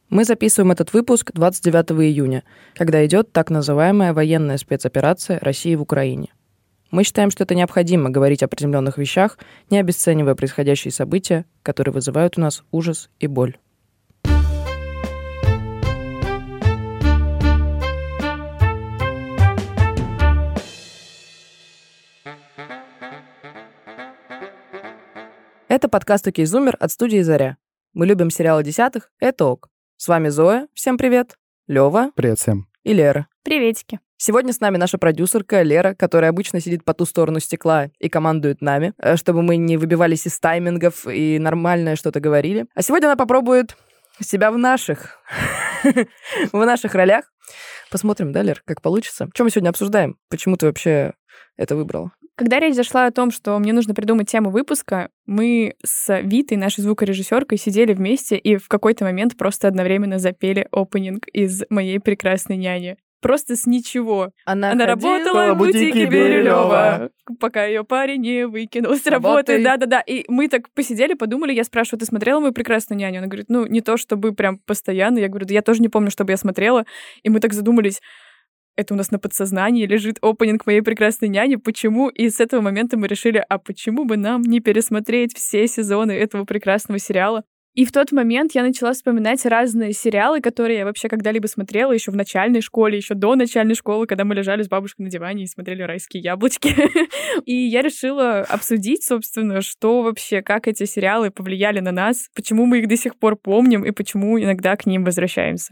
Мы записываем этот выпуск 29 июня, когда идет так называемая военная спецоперация России в Украине. Мы считаем, что это необходимо говорить о приземленных вещах, не обесценивая происходящие события, которые вызывают у нас ужас и боль. Это подкаст «Окей, Зумер» от студии «Заря». Мы любим сериалы десятых, это ок. С вами Зоя, всем привет, Лёва. Привет всем. И Лера. Приветики. Сегодня с нами наша продюсерка Лера, которая обычно сидит по ту сторону стекла и командует нами, чтобы мы не выбивались из таймингов и нормально что-то говорили. А сегодня она попробует себя в наших ролях. Посмотрим, да, Лер, как получится. Что мы сегодня обсуждаем? Почему ты вообще это выбрала? Когда речь зашла о том, что мне нужно придумать тему выпуска, мы с Витой, нашей звукорежиссеркой, сидели вместе и в какой-то момент просто одновременно запели опенинг из «Моей прекрасной няни». Просто с ничего. Она работала в бутике Бирюлёва, пока ее парень не выкинул с работы. Да-да-да. И мы так посидели, подумали, я спрашиваю, ты смотрела «Мою прекрасную няню»? Она говорит, не то чтобы прям постоянно. Я говорю, да я тоже не помню, чтобы я смотрела. И мы так задумались, это у нас на подсознании лежит опенинг «Моей прекрасной няни». Почему? И с этого момента мы решили, а почему бы нам не пересмотреть все сезоны этого прекрасного сериала? И в тот момент я начала вспоминать разные сериалы, которые я вообще когда-либо смотрела еще в начальной школе, еще до начальной школы, когда мы лежали с бабушкой на диване и смотрели «Райские яблочки». И я решила обсудить, собственно, что вообще, как эти сериалы повлияли на нас, почему мы их до сих пор помним и почему иногда к ним возвращаемся.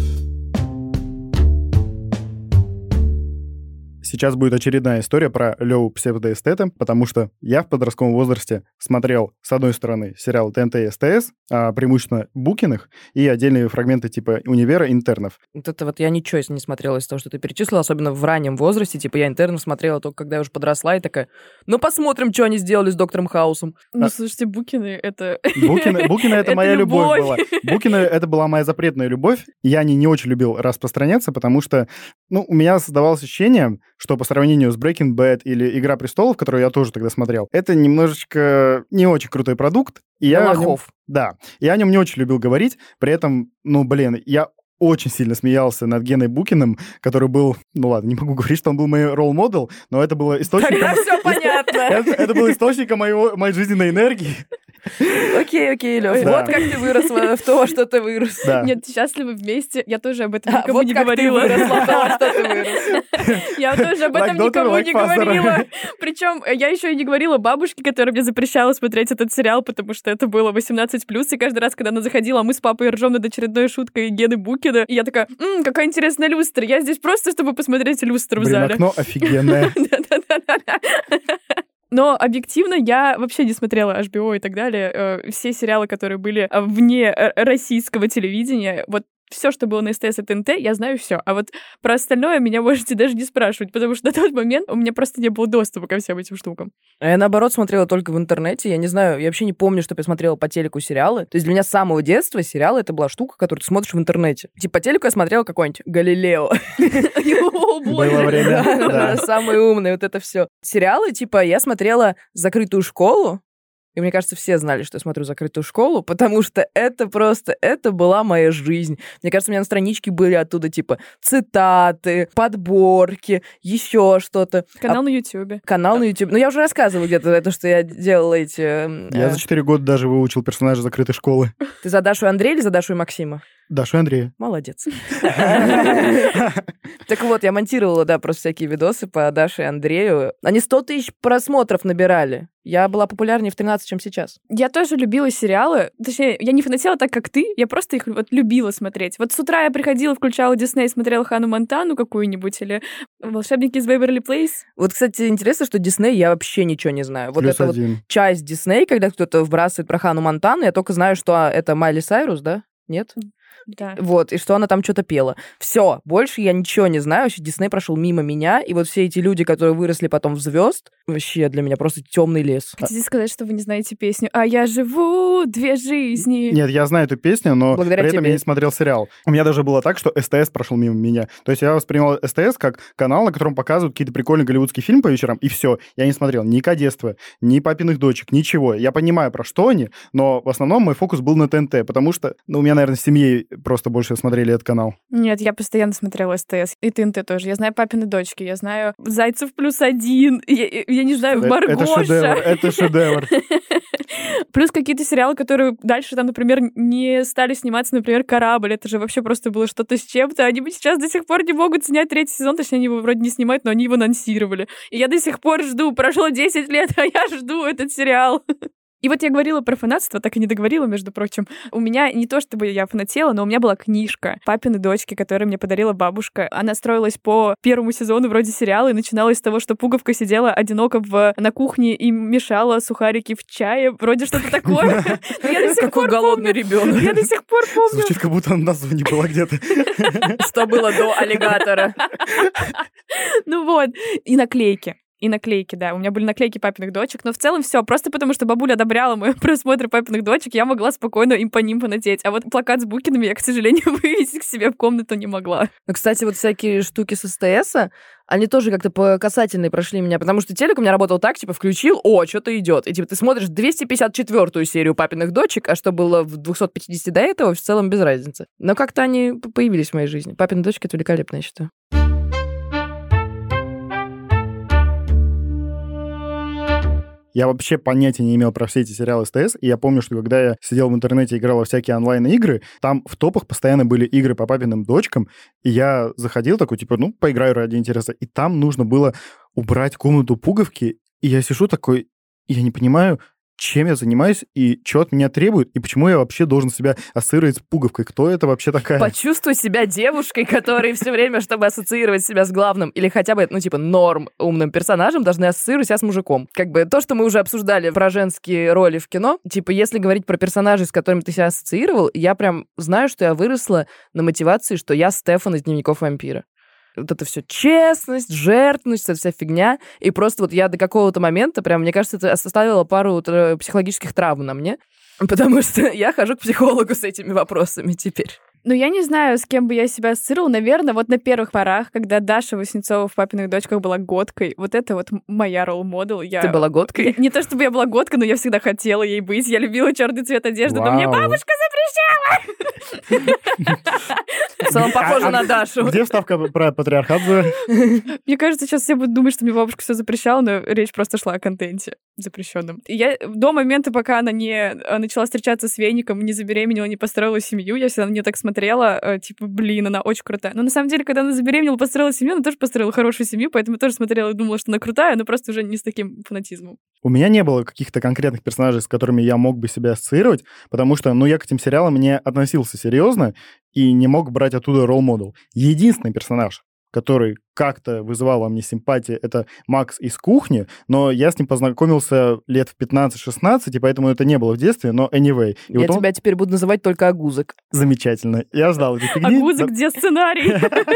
Сейчас будет очередная история про Лёву псевдоэстета, потому что я в подростковом возрасте смотрел, с одной стороны, сериал ТНТ и СТС, преимущественно Букиных, и отдельные фрагменты типа «Универа», «Интернов». Вот это вот я ничего не смотрела из того, что ты перечислила, особенно в раннем возрасте. Типа я «Интернов» смотрела только когда я уже подросла и такая, посмотрим, что они сделали с Доктором Хаусом. Слушайте, Букины — это... Букины — это моя любовь была. Букины — это была моя запретная любовь. Я не очень любил распространяться, потому что, у меня создавалось ощущение, что по сравнению с Breaking Bad или «Игра престолов», которую я тоже тогда смотрел, это немножечко не очень крутой продукт. И я о нем не очень любил говорить. При этом, я очень сильно смеялся над Геной Букиным, который был, не могу говорить, что он был мой ролл-модел, но это было источником... Тогда все понятно. Это было источником моей жизненной энергии. Окей, Лёв, вот как ты выросла в то, что ты вырос. Да. Нет, счастливы вместе. Я тоже об этом никому не говорила. Вот как ты выросла в то, что ты вырос. Я тоже об этом никому не говорила. Причем я еще и не говорила бабушке, которая мне запрещала смотреть этот сериал, потому что это было 18+, и каждый раз, когда она заходила, мы с папой ржем над очередной шуткой Гены Букина, и я такая, какая интересная люстра. Я здесь просто, чтобы посмотреть люстру в зале. Окно офигенное. Да-да-да. Но объективно я вообще не смотрела HBO и так далее. Все сериалы, которые были вне российского телевидения, вот все, что было на СТС и ТНТ, я знаю все. А вот про остальное меня можете даже не спрашивать, потому что на тот момент у меня просто не было доступа ко всем этим штукам. А я, наоборот, смотрела только в интернете. Я не знаю, я вообще не помню, чтобы я смотрела по телеку сериалы. То есть для меня с самого детства сериалы — это была штука, которую ты смотришь в интернете. Типа по телеку я смотрела какой-нибудь «Галилео». Было время, да. Самые умные, вот это все. Сериалы, типа, я смотрела «Закрытую школу», и мне кажется, все знали, что я смотрю «Закрытую школу», потому что это была моя жизнь. Мне кажется, у меня на страничке были оттуда, типа, цитаты, подборки, еще что-то. Канал на Ютубе. Канал на Ютубе. Я уже рассказывала где-то это, что я делала эти... Я за 4 года даже выучил персонажа «Закрытой школы». Ты за Дашу и Андрея или за Дашу и Максима? Дашу и Андрея. Молодец. Так вот, я монтировала, просто всякие видосы по Даше и Андрею. Они 100 тысяч просмотров набирали. Я была популярнее в 13, чем сейчас. Я тоже любила сериалы. Точнее, я не фанатела так, как ты. Я просто их любила смотреть. Вот с утра я приходила, включала Дисней, смотрела Ханну Монтану какую-нибудь или «Волшебники из Вэйверли Плейс». Вот, кстати, интересно, что Дисней я вообще ничего не знаю. Вот это +1. вот часть Дисней, когда кто-то вбрасывает про Ханну Монтану, я только знаю, что это Майли Сайрус, да? Нет? Да. Вот, и что она там что-то пела. Все, больше я ничего не знаю. Вообще Дисней прошел мимо меня, и вот все эти люди, которые выросли потом в звезд, вообще для меня просто темный лес. Хотите сказать, что вы не знаете песню «А я живу 2 жизни»? Нет, я знаю эту песню, но благодаря при этом тебе. я не смотрел сериал. У меня даже было так, что СТС прошел мимо меня. То есть я воспринимал СТС как канал, на котором показывают какие-то прикольные голливудские фильмы по вечерам, и все. Я не смотрел ни «Кадетство», ни «Папиных дочек», ничего. Я понимаю, про что они, но в основном мой фокус был на ТНТ, потому что, у меня, наверное, в семье вы просто больше смотрели этот канал? Нет, я постоянно смотрела СТС. И ТНТ тоже. Я знаю «Папины дочки», я знаю «Зайцев +1», я не знаю, «Маргоша». Это шедевр. Плюс какие-то сериалы, которые дальше там, например, не стали сниматься, например, «Корабль». Это же вообще просто было что-то с чем-то. Они сейчас до сих пор не могут снять 3-й сезон, точнее, они его вроде не снимают, но они его анонсировали. И я до сих пор жду. Прошло 10 лет, а я жду этот сериал. И вот я говорила про фанатство, так и не договорила, между прочим. У меня не то, чтобы я фанатела, но у меня была книжка «Папины дочки», которую мне подарила бабушка. Она строилась по 1 сезону вроде сериала и начиналась с того, что Пуговка сидела одиноко на кухне и мешала сухарики в чае. Вроде что-то такое. Какой голодный ребенок. Я до сих пор помню. Звучит, как будто на название была где-то. Что было до аллигатора. Ну вот. И наклейки. И наклейки, да. У меня были наклейки «Папиных дочек», но в целом все. Просто потому, что бабуля одобряла мой просмотр «Папиных дочек», я могла спокойно им по ним фанатеть. А вот плакат с Букиными я, к сожалению, вывесить к себе в комнату не могла. Ну, кстати, вот всякие штуки с СТС, они тоже как-то по касательной прошли меня, потому что телек у меня работал так, типа, включил, что-то идет. И типа ты смотришь 254-ю серию «Папиных дочек», а что было в 250 до этого, в целом без разницы. Но как-то они появились в моей жизни. «Папины дочки» — это великолепно, я считаю. Я вообще понятия не имел про все эти сериалы СТС, и я помню, что когда я сидел в интернете и играл во всякие онлайн-игры, там в топах постоянно были игры по папиным дочкам, и я заходил такой, типа, поиграю ради интереса, и там нужно было убрать комнату Пуговки, и я сижу такой, я не понимаю, чем я занимаюсь и что от меня требуют, и почему я вообще должен себя ассоциировать с Пуговкой. Кто это вообще такая? Почувствуй себя девушкой, которая все время, чтобы ассоциировать себя с главным, или хотя бы, норм умным персонажем, должны ассоциировать себя с мужиком. Как бы то, что мы уже обсуждали про женские роли в кино, если говорить про персонажей, с которыми ты себя ассоциировал, я прям знаю, что я выросла на мотивации, что я Стефан из «Дневников вампира». Вот это все честность, жертвенность, эта вся фигня. И просто вот я до какого-то момента, прям, мне кажется, это оставило пару психологических травм на мне, потому что я хожу к психологу с этими вопросами теперь. Ну, я не знаю, с кем бы я себя ассоциировала. Наверное, вот на первых порах, когда Даша Васнецова в «Папиных дочках» была готкой, вот это вот моя ролл-модел. Ты была готкой? Не то, чтобы я была готкой, но я всегда хотела ей быть. Я любила черный цвет одежды, но мне бабушка запрещала! В целом похоже на Дашу. Где вставка про патриархат? Мне кажется, сейчас все будут думать, что мне бабушка все запрещала, но речь просто шла о контенте запрещенном. Я до момента, пока она не начала встречаться с веником, не забеременела, не построила семью, я всегда на нее так смотрела, типа, блин, она очень крутая. Но на самом деле, когда она забеременела, построила семью, она тоже построила хорошую семью, поэтому я тоже смотрела и думала, что она крутая, но просто уже не с таким фанатизмом. У меня не было каких-то конкретных персонажей, с которыми я мог бы себя ассоциировать, потому что, я к этим сериалам не относился серьезно и не мог брать оттуда ролл-модел. Единственный персонаж, который как-то вызывал во мне симпатии, это Макс из «Кухни», но я с ним познакомился лет в 15-16, и поэтому это не было в детстве, но anyway. И я тебя теперь буду называть только Агузок. Замечательно. Я ждал этой фигни. Агузок, где сценарий?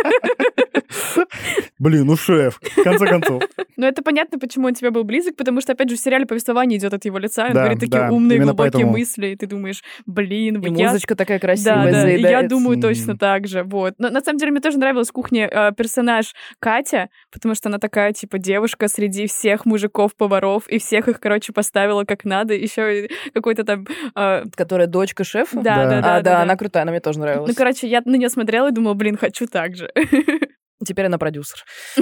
Блин, шеф, в конце концов. Ну, это понятно, почему он тебе был близок, потому что, опять же, в сериале повествование идет от его лица, он говорит такие умные, глубокие мысли, и ты думаешь, блин, и музычка такая красивая. Да, я думаю точно так же, вот. Но на самом деле мне тоже нравилась в «Кухне» персонаж Катя, потому что она такая, типа, девушка среди всех мужиков-поваров, и всех их, поставила как надо, еще какой-то там... Которая дочка шефа? Да, она крутая, она мне тоже нравилась. Ну, я на нее смотрела и думала, блин, хочу так же. Теперь она продюсер.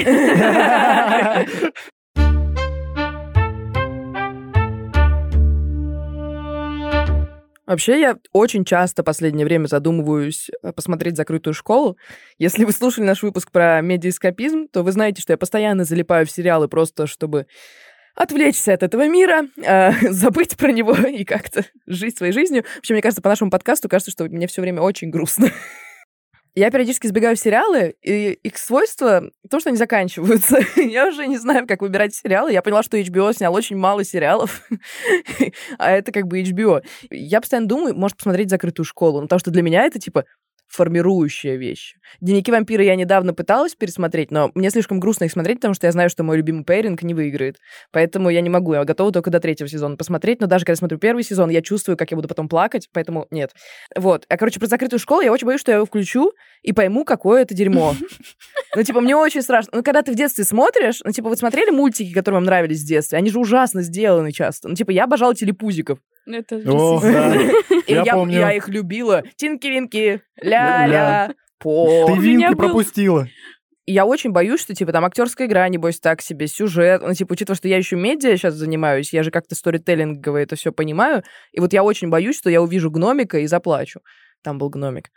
Вообще, я очень часто в последнее время задумываюсь посмотреть «Закрытую школу». Если вы слушали наш выпуск про медиаэскапизм, то вы знаете, что я постоянно залипаю в сериалы просто, чтобы отвлечься от этого мира, забыть про него и как-то жить своей жизнью. Вообще, мне кажется, по нашему подкасту кажется, что мне все время очень грустно. Я периодически сбегаю в сериалы, и их свойство — то, что они заканчиваются. Я уже не знаю, как выбирать сериалы. Я поняла, что HBO снял очень мало сериалов, а это как бы HBO. Я постоянно думаю, может, посмотреть «Закрытую школу», потому что для меня это, типа, формирующая вещь. «Дневники вампира» я недавно пыталась пересмотреть, но мне слишком грустно их смотреть, потому что я знаю, что мой любимый пейринг не выиграет. Поэтому я не могу. Я готова только до 3-го сезона посмотреть, но даже когда смотрю 1-й сезон, я чувствую, как я буду потом плакать, поэтому нет. Вот. А, про «Закрытую школу» я очень боюсь, что я его включу и пойму, какое это дерьмо. Мне очень страшно. Когда ты в детстве смотришь, вы смотрели мультики, которые вам нравились в детстве? Они же ужасно сделаны часто. Я обожала телепузиков. Это О, да. И Я помню. я их любила. Тинки-винки, ля-ля, по. Ты меня Винки был- пропустила. И я очень боюсь, что, типа, там актерская игра, небось, так себе, сюжет. Ну, типа, учитывая, что я еще медиа сейчас занимаюсь, я же как-то сторителлингово это все понимаю. И вот я очень боюсь, что я увижу гномика и заплачу. Там был гномик.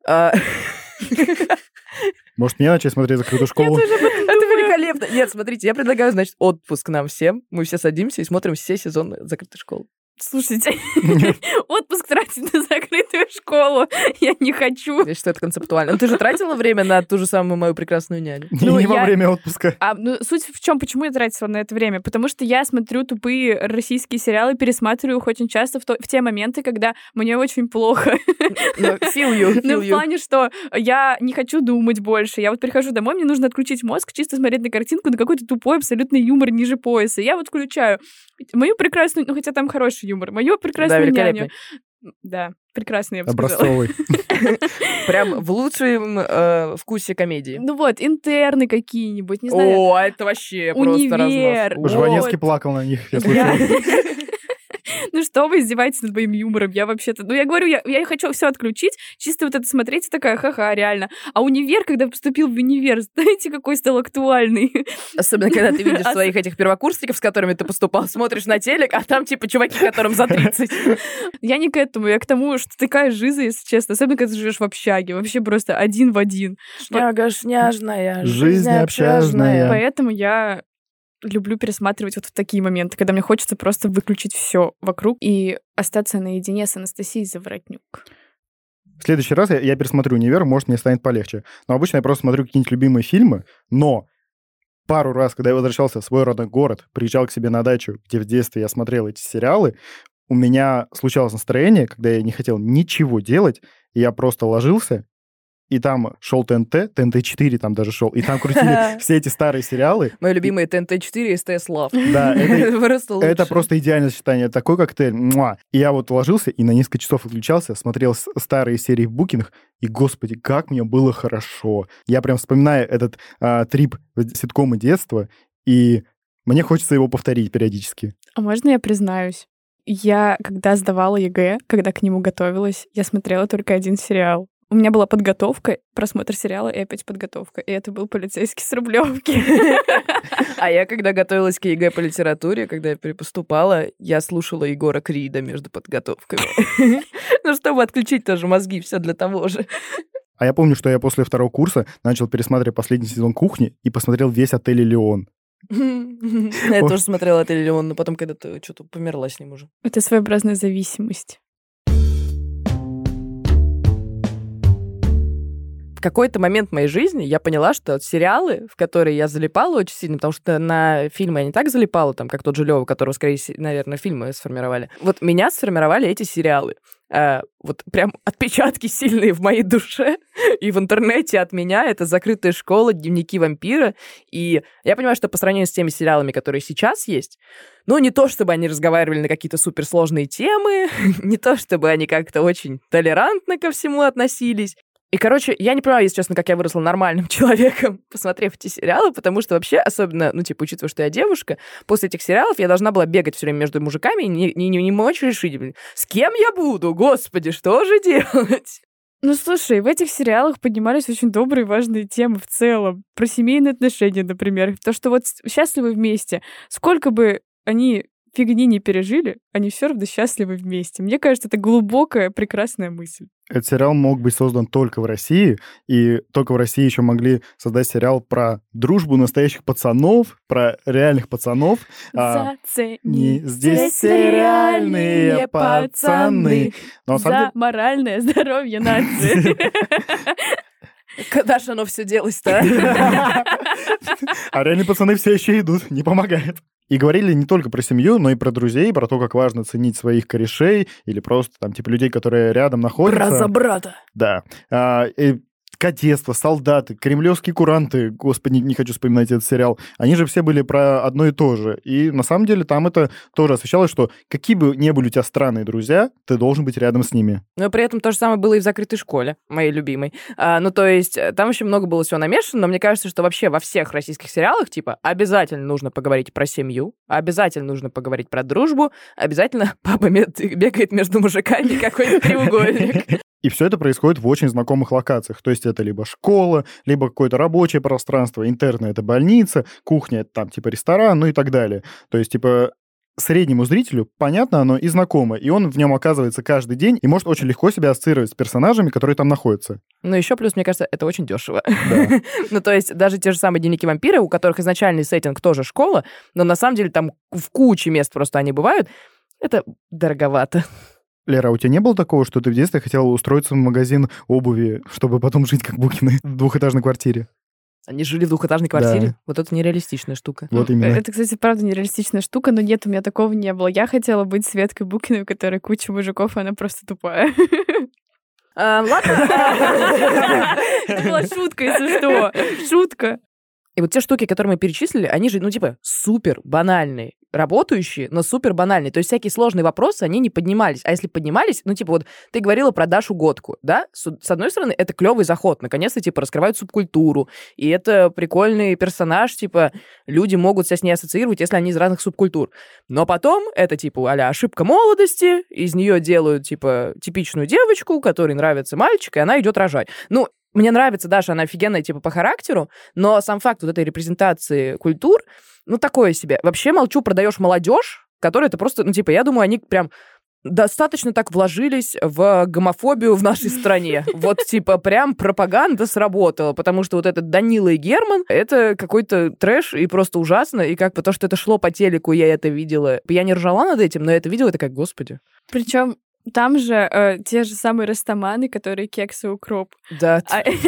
Может, мне начать смотреть «Закрытую школу»? Это великолепно. Нет, смотрите, я предлагаю, значит, отпуск нам всем. Мы все садимся и смотрим все сезоны «Закрытой школы». Слушайте, отпуск тратить на закрытую школу я не хочу. Я считаю, это концептуально. Но ты же тратила время на ту же самую мою прекрасную няню. Не во время отпуска. Суть в чем, почему я тратила на это время? Потому что я смотрю тупые российские сериалы, пересматриваю их очень часто в те моменты, когда мне очень плохо. Feel you. Ну, в плане, что я не хочу думать больше. Я вот прихожу домой, мне нужно отключить мозг, чисто смотреть на картинку, на какой-то тупой абсолютный юмор ниже пояса. Я вот включаю мою прекрасную, ну, хотя там хороший юмор, мою прекрасную няню. Да, прекрасный, я бы сказала. Образцовый. Прям в лучшем вкусе комедии. Ну вот, интерны какие-нибудь, не знаю. О, это вообще просто Универ. разнос. Жванецкий плакал на них, я Я- слышал. Ну что вы издеваетесь над моим юмором? Я вообще-то... Ну, я говорю, я хочу все отключить, чисто вот это смотреть, и такая, ха-ха, реально. А универ, когда поступил в универ, знаете, какой стал актуальный? Особенно, когда ты видишь своих этих первокурсников, с которыми ты поступал, смотришь на телек, а там, типа, чуваки, которым за 30. Я не к этому, я к тому, что такая жиза, если честно. Особенно, когда ты живешь в общаге. Вообще просто один в один. Шняга шняжная, Жизнь общажная. Поэтому я люблю пересматривать вот в такие моменты, когда мне хочется просто выключить все вокруг и остаться наедине с Анастасией Заворотнюк. В следующий раз я пересмотрю «Универ», может, мне станет полегче. Но обычно я просто смотрю какие-нибудь любимые фильмы, но пару раз, когда я возвращался в свой родной город, приезжал к себе на дачу, где в детстве я смотрел эти сериалы, у меня случалось настроение, когда я не хотел ничего делать, и я просто ложился, и там шел ТНТ, ТНТ-4 там даже шел, и там крутили все эти старые сериалы. Мои любимые ТНТ-4 и СТС Лав. Да, это просто просто идеальное сочетание. Такой коктейль. Муа. И я вот ложился и на несколько часов отключался, смотрел старые серии в букинах, и, господи, как мне было хорошо. Я прям вспоминаю этот трип ситкома детства, и мне хочется его повторить периодически. А можно я признаюсь? Я, когда сдавала ЕГЭ, когда к нему готовилась, я смотрела только один сериал. У меня была подготовка, просмотр сериала и опять подготовка. И это был «Полицейский с Рублевки». А я, когда готовилась к ЕГЭ по литературе, когда я перепоступала, я слушала Егора Крида между подготовками. Ну, чтобы отключить тоже мозги, все для того же. А я помню, что я после второго курса начал пересматривать последний сезон «Кухни» и посмотрел весь «Отель Элеон». Я тоже смотрела «Отель Элеон», но потом когда-то что-то померла с ним уже. Это своеобразная зависимость. В какой-то момент в моей жизни я поняла, что сериалы, в которые я залипала очень сильно, потому что на фильмы я не так залипала, там, как тот же Лёва, которого, скорее, наверное, фильмы сформировали. Вот меня сформировали эти сериалы. Вот прям отпечатки сильные в моей душе и в интернете от меня. Это «Закрытая школа», «Дневники вампира». И я понимаю, что по сравнению с теми сериалами, которые сейчас есть, ну, не то чтобы они разговаривали на какие-то суперсложные темы, не то чтобы они как-то очень толерантно ко всему относились. И, короче, я не понимаю, если честно, как я выросла нормальным человеком, посмотрев эти сериалы, потому что вообще, особенно, ну, типа, учитывая, что я девушка, после этих сериалов я должна была бегать все время между мужиками и не мочь решить, блин, с кем я буду, господи, что же делать? Ну, слушай, в этих сериалах поднимались очень добрые и важные темы в целом. Про семейные отношения, например. То, что вот счастливы вместе. Сколько бы они фигни не пережили, они все равно счастливы вместе. Мне кажется, это глубокая, прекрасная мысль. Этот сериал мог быть создан только в России, и только в России еще могли создать сериал про дружбу настоящих пацанов, про реальных пацанов. Зацени, здесь все реальные пацаны. Но на самом За деле... моральное здоровье нации. Когда же оно все делось-то? А реальные пацаны все еще идут, не помогает. И говорили не только про семью, но и про друзей, про то, как важно ценить своих корешей или просто там типа людей, которые рядом находятся. Брат за брата. Да. И кадетство, солдаты, кремлевские куранты, господи, не хочу вспоминать этот сериал, они же все были про одно и то же. И на самом деле там это тоже освещалось, что какие бы ни были у тебя странные друзья, ты должен быть рядом с ними. Но при этом то же самое было и в «Закрытой школе», моей любимой. То есть там очень много было всего намешано, но мне кажется, что вообще во всех российских сериалах, типа, обязательно нужно поговорить про семью, обязательно нужно поговорить про дружбу, обязательно папа бегает между мужиками, какой-то треугольник. И все это происходит в очень знакомых локациях. То есть это либо школа, либо какое-то рабочее пространство, интерны — это больница, кухня — это там типа ресторан, ну и так далее. То есть типа среднему зрителю понятно оно и знакомо, и он в нем оказывается каждый день и может очень легко себя ассоциировать с персонажами, которые там находятся. Ну, еще плюс, мне кажется, это очень дешево. Да. Ну, то есть даже те же самые «Дневники вампира», у которых изначальный сеттинг тоже школа, но на самом деле там в куче мест просто они бывают, это дороговато. Лера, а у тебя не было такого, что ты в детстве хотела устроиться в магазин обуви, чтобы потом жить как Букины в двухэтажной квартире? Они жили в двухэтажной квартире? Да. Вот это нереалистичная штука. Вот именно. Это, кстати, правда нереалистичная штука, но нет, у меня такого не было. Я хотела быть Светкой Букиной, у которой куча мужиков, и она просто тупая. Ладно. Это была шутка, если что. Шутка. И вот те штуки, которые мы перечислили, они же, супер банальные, работающие, но супер банальные. То есть всякие сложные вопросы, они не поднимались. А если поднимались, вот ты говорила про Дашу Готку, да? С одной стороны, это клевый заход. Наконец-то, раскрывают субкультуру. И это прикольный персонаж, люди могут себя с ней ассоциировать, если они из разных субкультур. Но потом это, а-ля ошибка молодости, из нее делают, типичную девочку, которой нравится мальчик, и она идет рожать. Мне нравится Даша, она офигенная, по характеру, но сам факт вот этой репрезентации культур, такое себе. Вообще, молчу, продаешь молодежь, которая это просто, я думаю, они прям достаточно так вложились в гомофобию в нашей стране. Вот, прям пропаганда сработала, потому что вот этот Данила и Герман, это какой-то трэш и просто ужасно, и то, что это шло по телеку, я это видела. Я не ржала над этим, но я это видела, это как, господи. Причем там же те же самые растаманы, которые кексы укроп. Да.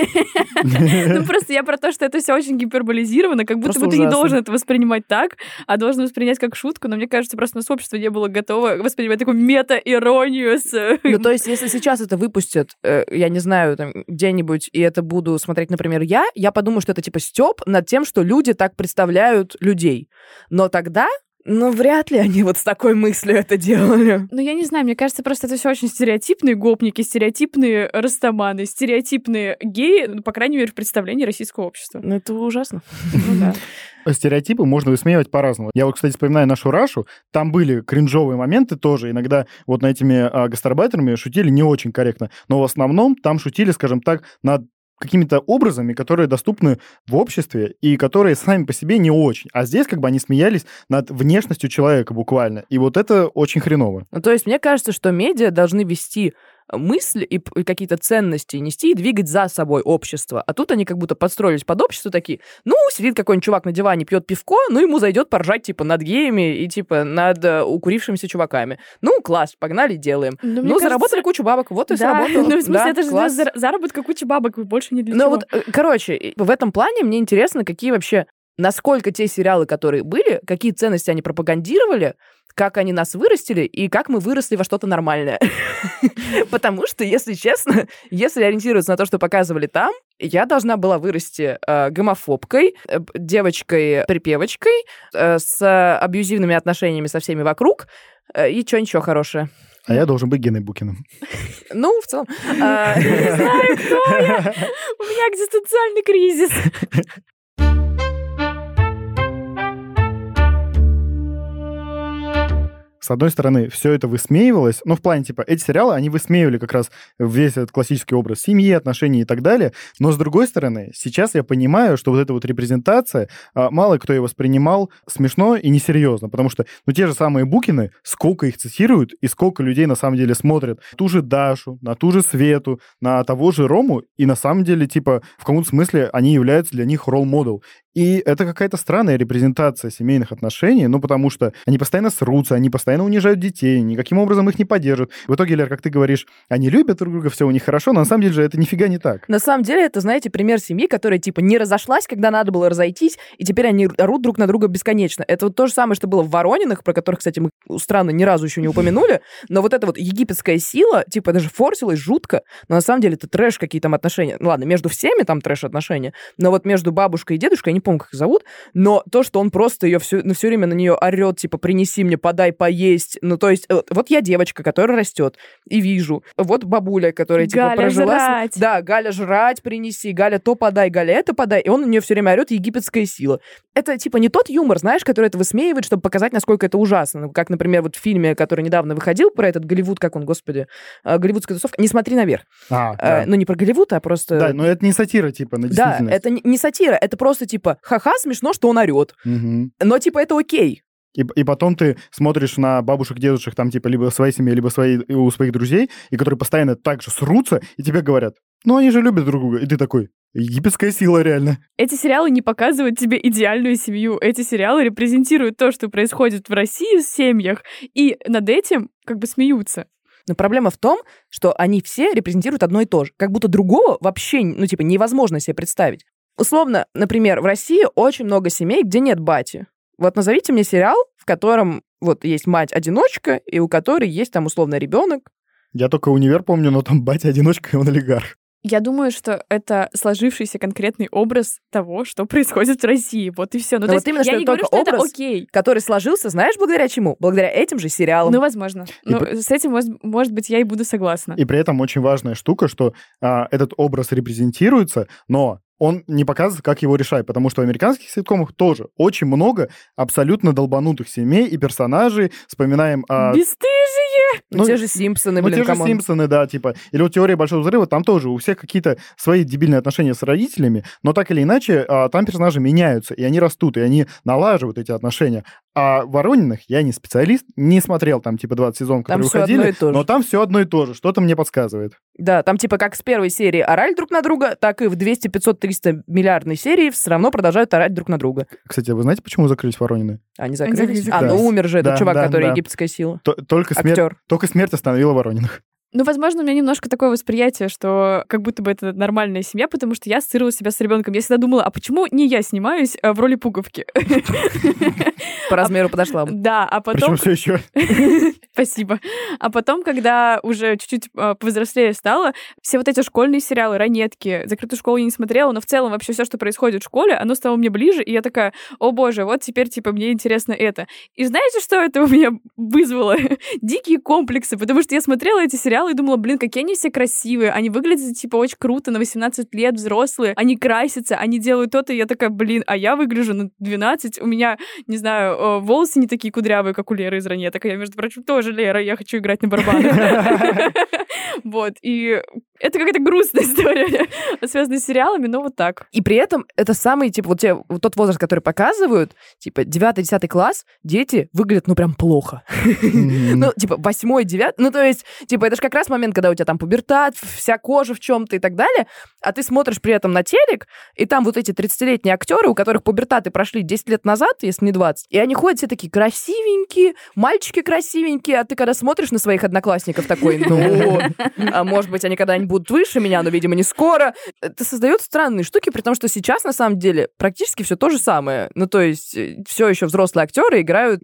Просто я про то, что это все очень гиперболизировано, как будто бы ты не должен это воспринимать так, а должен воспринять как шутку, но мне кажется, просто у нас общество не было готово воспринимать такую мета-иронию. То есть, если сейчас это выпустят, я не знаю, там, где-нибудь, и это буду смотреть, например, я подумаю, что это стёб над тем, что люди так представляют людей. Но тогда вряд ли они вот с такой мыслью это делали. Я не знаю, мне кажется, просто это все очень стереотипные гопники, стереотипные растаманы, стереотипные геи, по крайней мере, в представлении российского общества. Это ужасно. Да. Стереотипы можно высмеивать по-разному. Я вот, кстати, вспоминаю нашу Рашу, там были кринжовые моменты тоже, иногда вот над этими гастарбайтерами шутили не очень корректно, но в основном там шутили, скажем так, над какими-то образами, которые доступны в обществе и которые сами по себе не очень. А здесь они смеялись над внешностью человека буквально. И вот это очень хреново. То есть мне кажется, что медиа должны вести мысль и какие-то ценности нести и двигать за собой общество. А тут они как будто подстроились под общество такие, сидит какой-нибудь чувак на диване, пьет пивко, ему зайдет поржать, над геями и, над укурившимися чуваками. Класс, погнали, делаем. Заработали кучу бабок, вот и сработало. В смысле, это же для заработка кучи бабок, больше не для чего. В этом плане мне интересно, какие вообще, насколько те сериалы, которые были, какие ценности они пропагандировали, как они нас вырастили и как мы выросли во что-то нормальное. Потому что, если честно, если ориентироваться на то, что показывали там, я должна была вырасти гомофобкой, девочкой-припевочкой, с абьюзивными отношениями со всеми вокруг, и ничего хорошее. А я должен быть Геной Букиным. В целом... Не знаю, кто я. У меня экзистенциальный кризис. С одной стороны, все это высмеивалось, в плане, эти сериалы, они высмеивали как раз весь этот классический образ семьи, отношений и так далее, но с другой стороны, сейчас я понимаю, что вот эта вот репрезентация, мало кто ее воспринимал смешно и несерьезно, потому что, те же самые Букины, сколько их цитируют и сколько людей на самом деле смотрят ту же Дашу, на ту же Свету, на того же Рому, и на самом деле, в каком-то смысле они являются для них ролл-модел. И это какая-то странная репрезентация семейных отношений, ну, потому что они постоянно срутся, они постоянно унижают детей, никаким образом их не поддерживают. В итоге, Лер, как ты говоришь, они любят друг друга, все у них хорошо, но на самом деле же это нифига не так. На самом деле это, знаете, пример семьи, которая, типа, не разошлась, когда надо было разойтись, и теперь они орут друг на друга бесконечно. Это вот то же самое, что было в Воронинах, про которых, кстати, мы странно ни разу еще не упомянули, но вот эта вот египетская сила, типа, даже форсилась жутко, но на самом деле это трэш, какие там отношения. Ну, ладно, между всеми там трэш-отношения, но вот между бабушкой и дедушкой, я не помню, как их зовут, но то, что он просто ее все время на нее орет, типа, принеси мне, подай поесть. Ну, то есть, вот я девочка, которая растет, и вижу. Вот бабуля, которая, типа, Галя, прожила... жрать. Да, Галя, жрать принеси, Галя, то подай, Галя, это подай. И он на нее все время орет египетская сила. Это, типа, не тот юмор, знаешь, который это высмеивает, чтобы показать, насколько это ужасно. Ну, как, например, вот в фильме, который недавно выходил про этот Голливуд, как он, господи, голливудская тусовка, «Не смотри наверх». Да. Ну, не про Голливуд, а просто... Да, но это не сатира, типа, на действительность. Да, это не сатира, это просто, типа, ха-ха, смешно, что он орет. Угу. Но, типа, это окей. И потом ты смотришь на бабушек, дедушек, там, типа, либо в своей семье, либо у своих друзей, и которые постоянно так же срутся, и тебе говорят, ну, они же любят друг друга. И ты такой, египетская сила, реально. Эти сериалы не показывают тебе идеальную семью. Эти сериалы репрезентируют то, что происходит в России в семьях, и над этим как бы смеются. Но проблема в том, что они все репрезентируют одно и то же. Как будто другого вообще, ну, типа, невозможно себе представить. Условно, например, в России очень много семей, где нет бати. Вот назовите мне сериал, в котором вот есть мать-одиночка, и у которой есть там условно ребенок. Я только «Универ» помню, но там батя-одиночка, и он олигарх. Я думаю, что это сложившийся конкретный образ того, что происходит в России. Вот и все. Ну, то вот есть именно, я что не это говорю, только что это образ, окей. который сложился, знаешь, благодаря чему? Благодаря этим же сериалам. Ну, возможно. Ну, с этим, может быть, я и буду согласна. И при этом очень важная штука, что этот образ репрезентируется, но он не показывает, как его решать, потому что в американских ситкомах тоже очень много абсолютно долбанутых семей и персонажей. Вспоминаем... Бесстыжие! Ну, те же Симпсоны, блин, те же камон. Симпсоны, да, типа. Или вот «Теория большого взрыва», там тоже у всех какие-то свои дебильные отношения с родителями, но так или иначе там персонажи меняются, и они растут, и они налаживают эти отношения. А в «Воронинах» я не специалист, не смотрел там типа 20 сезонов, которые выходили, но там все одно и то же, что-то мне подсказывает. Да, там типа как с первой серии орали друг на друга, так и в 200, 500, 300 миллиардной серии все равно продолжают орать друг на друга. Кстати, вы знаете, почему закрылись «Воронины»? Они закрылись? Да. Ну умер же этот чувак, который да. египетская сила. Только смерть остановила «Ворониных». Ну, возможно, у меня немножко такое восприятие, что как будто бы это нормальная семья, потому что я ассоциировала себя с ребенком. Я всегда думала, а почему не я снимаюсь в роли пуговки? По размеру подошла бы. Да, а потом... Причем все еще. Спасибо. А потом, когда уже чуть-чуть повзрослее стала, все вот эти школьные сериалы, ранетки, «Закрытую школу» я не смотрела, но в целом вообще все, что происходит в школе, оно стало мне ближе, и я такая, о боже, вот теперь, типа, мне интересно это. И знаете, что это у меня вызвало? Дикие комплексы, потому что я смотрела эти сериалы и думала, блин, какие они все красивые, они выглядят, типа, очень круто, на 18 лет, взрослые, они красятся, они делают то-то, и я такая, блин, а я выгляжу на 12, у меня, не знаю, волосы не такие кудрявые, как у Леры из ранеток, а я, между прочим, тоже Лера, я хочу играть на барабанах. Вот, и это какая-то грустная история, связанная с сериалами, но вот так. И при этом это самый, типа, вот тот возраст, который показывают, типа, 9-10 класс, дети выглядят, ну, прям плохо. Ну, типа, 8-9, ну, то есть, типа, это же как раз момент, когда у тебя там пубертат, вся кожа в чем-то и так далее, а ты смотришь при этом на телек, и там вот эти 30-летние актеры, у которых пубертаты прошли 10 лет назад, если не 20, и они ходят все такие красивенькие, мальчики красивенькие, а ты когда смотришь на своих одноклассников такой, ну, а может быть, они когда-нибудь будут выше меня, но, видимо, не скоро. Это создает странные штуки, при том, что сейчас, на самом деле, практически все то же самое. Ну, то есть, все еще взрослые актеры играют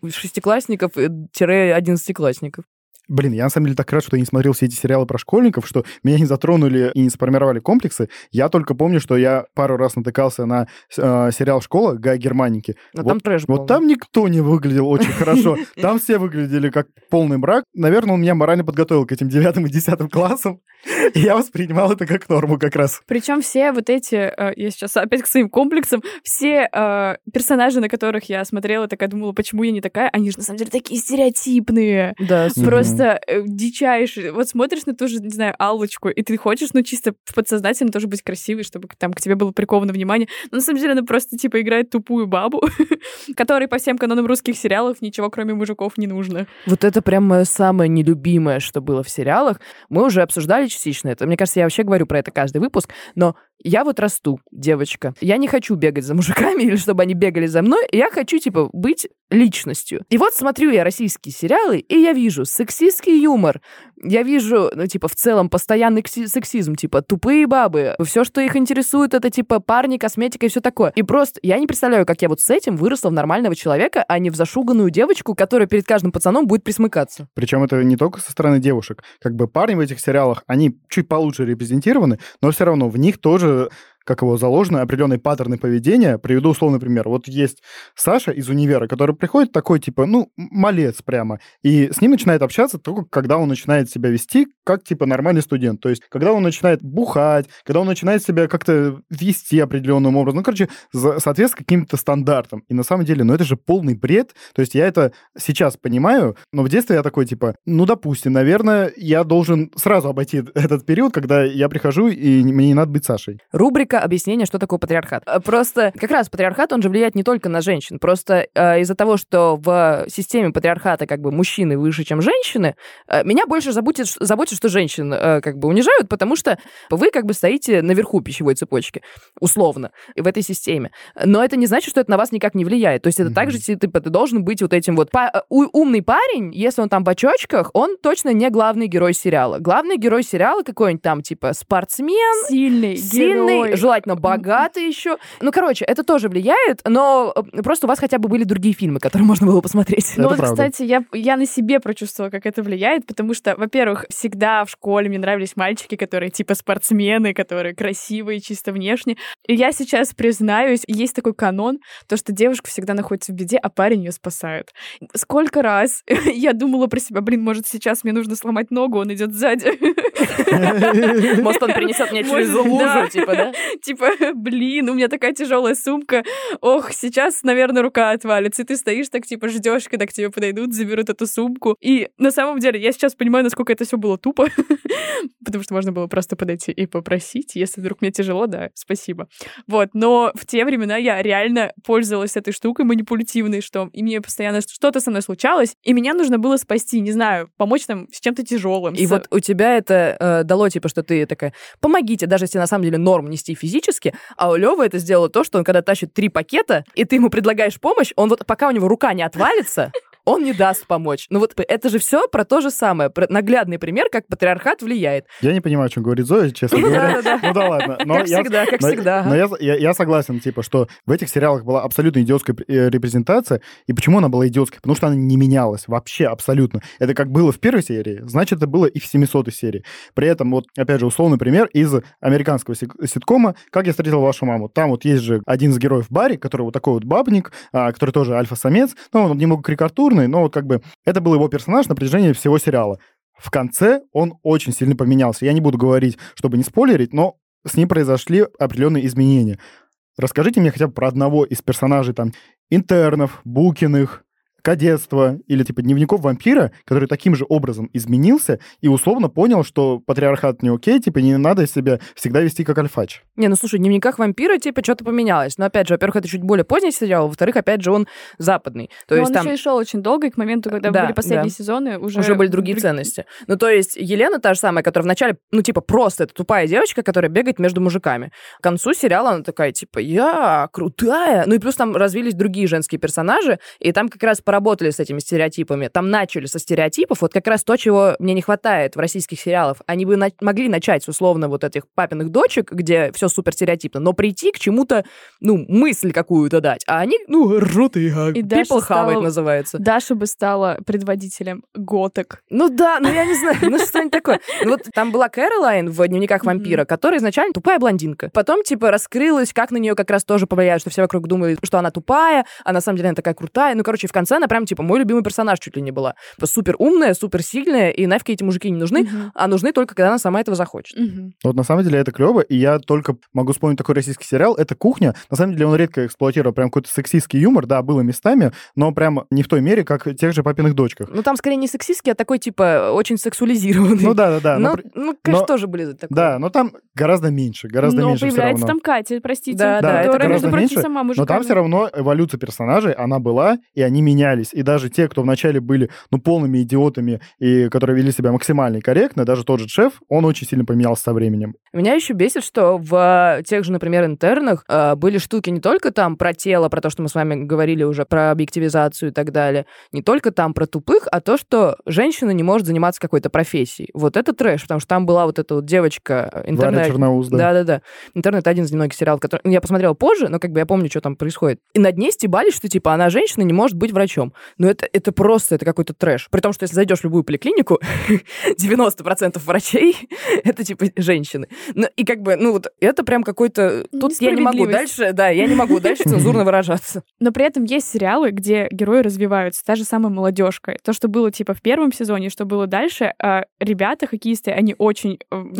шестиклассников-11-классников. Блин, я на самом деле так рад, что я не смотрел все эти сериалы про школьников, что меня не затронули и не сформировали комплексы. Я только помню, что я пару раз натыкался на сериал «Школа» Гая Германики. Но там трэш был. Вот там никто не выглядел очень хорошо. Там все выглядели как полный мрак. Наверное, он меня морально подготовил к этим 9 и 10 классам. И я воспринимал это как норму как раз. Причем все вот эти, я сейчас опять к своим комплексам, все персонажи, на которых я смотрела, такая думала, почему я не такая, они же на самом деле такие стереотипные. Да, просто дичайшие. Вот смотришь на ту же, не знаю, Аллочку, и ты хочешь, ну, чисто подсознательно тоже быть красивой, чтобы там к тебе было приковано внимание. Но на самом деле она просто, типа, играет тупую бабу, которой по всем канонам русских сериалов ничего, кроме мужиков, не нужно. Вот это прям мое самое нелюбимое, что было в сериалах. Мы уже обсуждали частично это. Мне кажется, я вообще говорю про это каждый выпуск, но я вот расту, девочка. Я не хочу бегать за мужиками или чтобы они бегали за мной. Я хочу, типа, быть личностью. И вот смотрю я российские сериалы, и я вижу сексистский юмор. Я вижу, ну, типа, в целом постоянный сексизм, типа, тупые бабы. Все, что их интересует, это, типа, парни, косметика и все такое. И просто я не представляю, как я вот с этим выросла в нормального человека, а не в зашуганную девочку, которая перед каждым пацаном будет присмыкаться. Причем это не только со стороны девушек. Как бы парни в этих сериалах, они чуть получше репрезентированы, но все равно в них тоже, как его заложены, определенные паттерны поведения. Приведу условный пример. Вот есть Саша из универа, который приходит такой, типа, ну, малец прямо, и с ним начинает общаться только когда он начинает себя вести как, типа, нормальный студент. То есть, когда он начинает бухать, когда он начинает себя как-то вести определенным образом, ну, короче, соответствовать каким-то стандартам. И на самом деле, ну, это же полный бред. То есть, я это сейчас понимаю, но в детстве я такой, типа, ну, допустим, наверное, я должен сразу обойти этот период, когда я прихожу, и мне не надо быть Сашей. Рубрика объяснение, что такое патриархат. Просто как раз патриархат, он же влияет не только на женщин. Просто из-за того, что в системе патриархата как бы мужчины выше, чем женщины, меня больше заботит, что женщин как бы унижают, потому что вы как бы стоите наверху пищевой цепочки, условно, в этой системе. Но это не значит, что это на вас никак не влияет. То есть это также, типа, ты должен быть вот этим вот... Умный парень, если он там в очочках, он точно не главный герой сериала. Главный герой сериала какой-нибудь там, типа, спортсмен. Сильный герой. Желательно богатый еще. Ну, короче, это тоже влияет, но просто у вас хотя бы были другие фильмы, которые можно было посмотреть. Ну, вот, кстати, я на себе прочувствовала, как это влияет, потому что, во-первых, всегда в школе мне нравились мальчики, которые типа спортсмены, которые красивые чисто внешне. И я сейчас признаюсь, есть такой канон, то, что девушка всегда находится в беде, а парень ее спасает. Сколько раз я думала про себя, блин, может, сейчас мне нужно сломать ногу, он идет сзади. Может, он принесет мне через лужу, типа, да? Типа, блин, у меня такая тяжелая сумка. Ох, сейчас, наверное, рука отвалится. И ты стоишь так, типа, ждешь, когда к тебе подойдут, заберут эту сумку. И на самом деле, я сейчас понимаю, насколько это все было тупо. Потому что можно было просто подойти и попросить. Если вдруг мне тяжело, да, спасибо. Вот, но в те времена я реально пользовалась этой штукой манипулятивной, что и мне постоянно что-то со мной случалось, и меня нужно было спасти, не знаю, помочь там с чем-то тяжелым. И вот у тебя это дало, типа, что ты такая, помогите, даже если на самом деле норм нести физически, а у Лёвы это сделало то, что он когда тащит 3 пакета, и ты ему предлагаешь помощь, он вот пока у него рука не отвалится, он не даст помочь. Ну вот это же все про то же самое. Про наглядный пример, как патриархат влияет. Я не понимаю, о чем говорит Зоя, честно говоря. Ну да ладно. Как всегда. Но я согласен, типа, что в этих сериалах была абсолютно идиотская репрезентация. И почему она была идиотской? Потому что она не менялась вообще абсолютно. Это как было в первой серии, значит, это было и в 700-й серии. При этом, вот, опять же, условный пример из американского ситкома «Как я встретил вашу маму». Там вот есть же один из героев Барри, который вот такой вот бабник, который тоже альфа-самец, но он немного карикатурный, но вот как бы это был его персонаж на протяжении всего сериала. В конце он очень сильно поменялся. Я не буду говорить, чтобы не спойлерить, но с ним произошли определенные изменения. Расскажите мне хотя бы про одного из персонажей там интернов, Букиных, кадетства или типа дневников вампира, который таким же образом изменился и условно понял, что патриархат не окей, типа не надо себя всегда вести как альфач. Не, ну слушай, в дневниках вампира типа что-то поменялось. Но опять же, во-первых, это чуть более поздний сериал, во-вторых, опять же, он западный. То есть он там... еще и шел очень долго, и к моменту, когда были последние сезоны, уже были другие ценности. Ну, то есть Елена та же самая, которая вначале, ну, типа, просто это тупая девочка, которая бегает между мужиками. К концу сериала она такая, типа, я крутая. Ну, и плюс там развились другие женские персонажи, и там как раз поработали с этими стереотипами. Там начали со стереотипов. Вот как раз то, чего мне не хватает в российских сериалах. Они бы могли начать с условно вот этих папиных дочек, где все супер стереотипно, но прийти к чему-то, ну, мысль какую-то дать. А они, ну, ржут и people хавает называется. Даша бы стала предводителем готок. Ну да, ну я не знаю, ну что-нибудь такое. Ну вот там была Кэролайн в «Дневниках вампира», которая изначально тупая блондинка. Потом, типа, раскрылась, как на нее как раз тоже повлияют, что все вокруг думали, что она тупая, а на самом деле она такая крутая. Ну, короче, в конце она прям, типа, мой любимый персонаж чуть ли не была. Супер умная, супер сильная, и нафиг эти мужики не нужны, а нужны только, когда она сама этого захочет. Вот на самом деле это клево, и я только могу вспомнить такой российский сериал, это «Кухня». На самом деле он редко эксплуатировал прям какой-то сексистский юмор, да, было местами, но прям не в той мере, как в тех же «Папиных дочках». Ну, там скорее не сексистский, а такой, типа, очень сексуализированный. Ну, да. Ну, конечно, тоже были такие. Да, но там гораздо меньше все равно. Но появляется там Катя, простите, да, это которая, гораздо между прочим, меньше, сама мужиками. но там все равно эволюция персонажей, она была, и они менялись. менялись, и даже те, кто вначале были, полными идиотами и которые вели себя максимально корректно, даже тот же шеф, он очень сильно поменялся со временем. Меня еще бесит, что в тех же, например, интернах были штуки не только там про тело, про то, что мы с вами говорили уже, про объективизацию и так далее, не только там про тупых, а то, что женщина не может заниматься какой-то профессией. Вот это трэш, потому что там была вот эта вот девочка... Варя Черноуз, да. Да-да-да. «Интернет» — один из немногих сериалов, который я посмотрела позже, но я помню, что там происходит. И над ней стебались, что она женщина, не может быть врачом. Но это просто какой-то трэш. При том, что если зайдешь в любую поликлинику, 90% врачей — это женщины. Ну, и это прям какой-то... Тут я не могу дальше цензурно выражаться. Но при этом есть сериалы, где герои развиваются, та же самая «Молодежка». То, что было в первом сезоне, что было дальше, ребята, хоккеисты, они очень...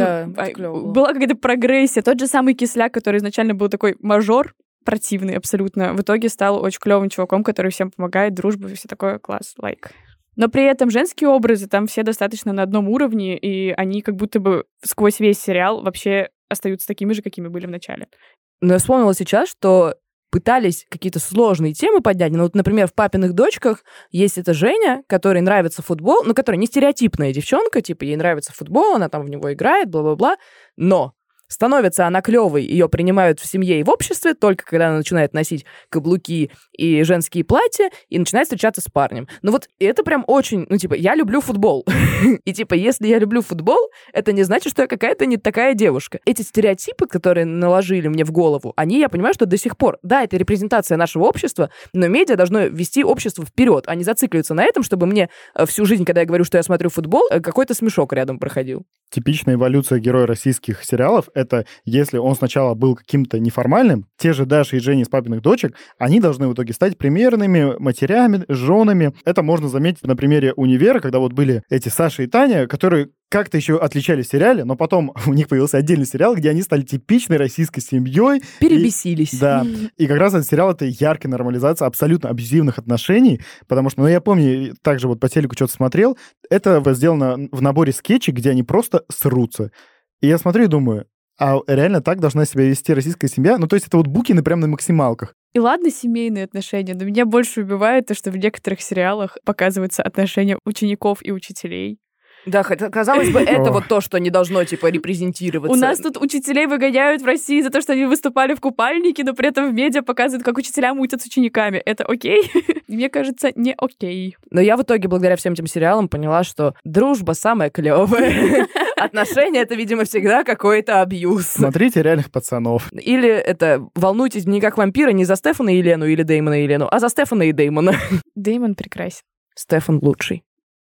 Была какая-то прогрессия. Тот же самый Кисляк, который изначально был такой мажор, противный абсолютно, в итоге стал очень клевым чуваком, который всем помогает, дружба, все такое, класс, лайк. Но при этом женские образы там все достаточно на одном уровне, и они как будто бы сквозь весь сериал вообще остаются такими же, какими были в начале. Но я вспомнила сейчас, что пытались какие-то сложные темы поднять. Например, в «Папиных дочках» есть эта Женя, которой нравится футбол, которая не стереотипная девчонка, ей нравится футбол, она там в него играет, бла-бла-бла, но становится она клевой, ее принимают в семье и в обществе только когда она начинает носить каблуки и женские платья и начинает встречаться с парнем. Это прям очень, я люблю футбол. И если я люблю футбол, это не значит, что я какая-то не такая девушка. Эти стереотипы, которые наложили мне в голову, я понимаю, что до сих пор, да, это репрезентация нашего общества, но медиа должно вести общество вперед, а не зацикливаться на этом, чтобы мне всю жизнь, когда я говорю, что я смотрю футбол, какой-то смешок рядом проходил. Типичная эволюция героя российских сериалов — это если он сначала был каким-то неформальным, те же Даша и Женя из «Папиных дочек», они должны в итоге стать примерными матерями, женами. Это можно заметить на примере «Универа», когда были эти Саша и Таня, которые как-то еще отличались в сериале, но потом у них появился отдельный сериал, где они стали типичной российской семьей. Перебесились. Да. И как раз этот сериал — это яркая нормализация абсолютно абьюзивных отношений, потому что, я помню, также по телеку что-то смотрел, это сделано в наборе скетчей, где они просто срутся. И я смотрю и думаю, а реально так должна себя вести российская семья? То есть это Букины прям на максималках. И ладно, семейные отношения, но меня больше убивает то, что в некоторых сериалах показываются отношения учеников и учителей. Да, казалось бы, это то, что не должно, репрезентироваться. У нас тут учителей выгоняют в России за то, что они выступали в купальнике, но при этом в медиа показывают, как учителя мутят с учениками. Это окей? Мне кажется, не окей. Но я в итоге, благодаря всем этим сериалам, поняла, что дружба самая клевая. Отношения — это, видимо, всегда какой-то абьюз. Смотрите «Реальных пацанов». Или волнуйтесь не как вампира, не за Стефана и Елену или Дэймона и Елену, а за Стефана и Дэймона. Дэймон прекрасен. Стефан лучший.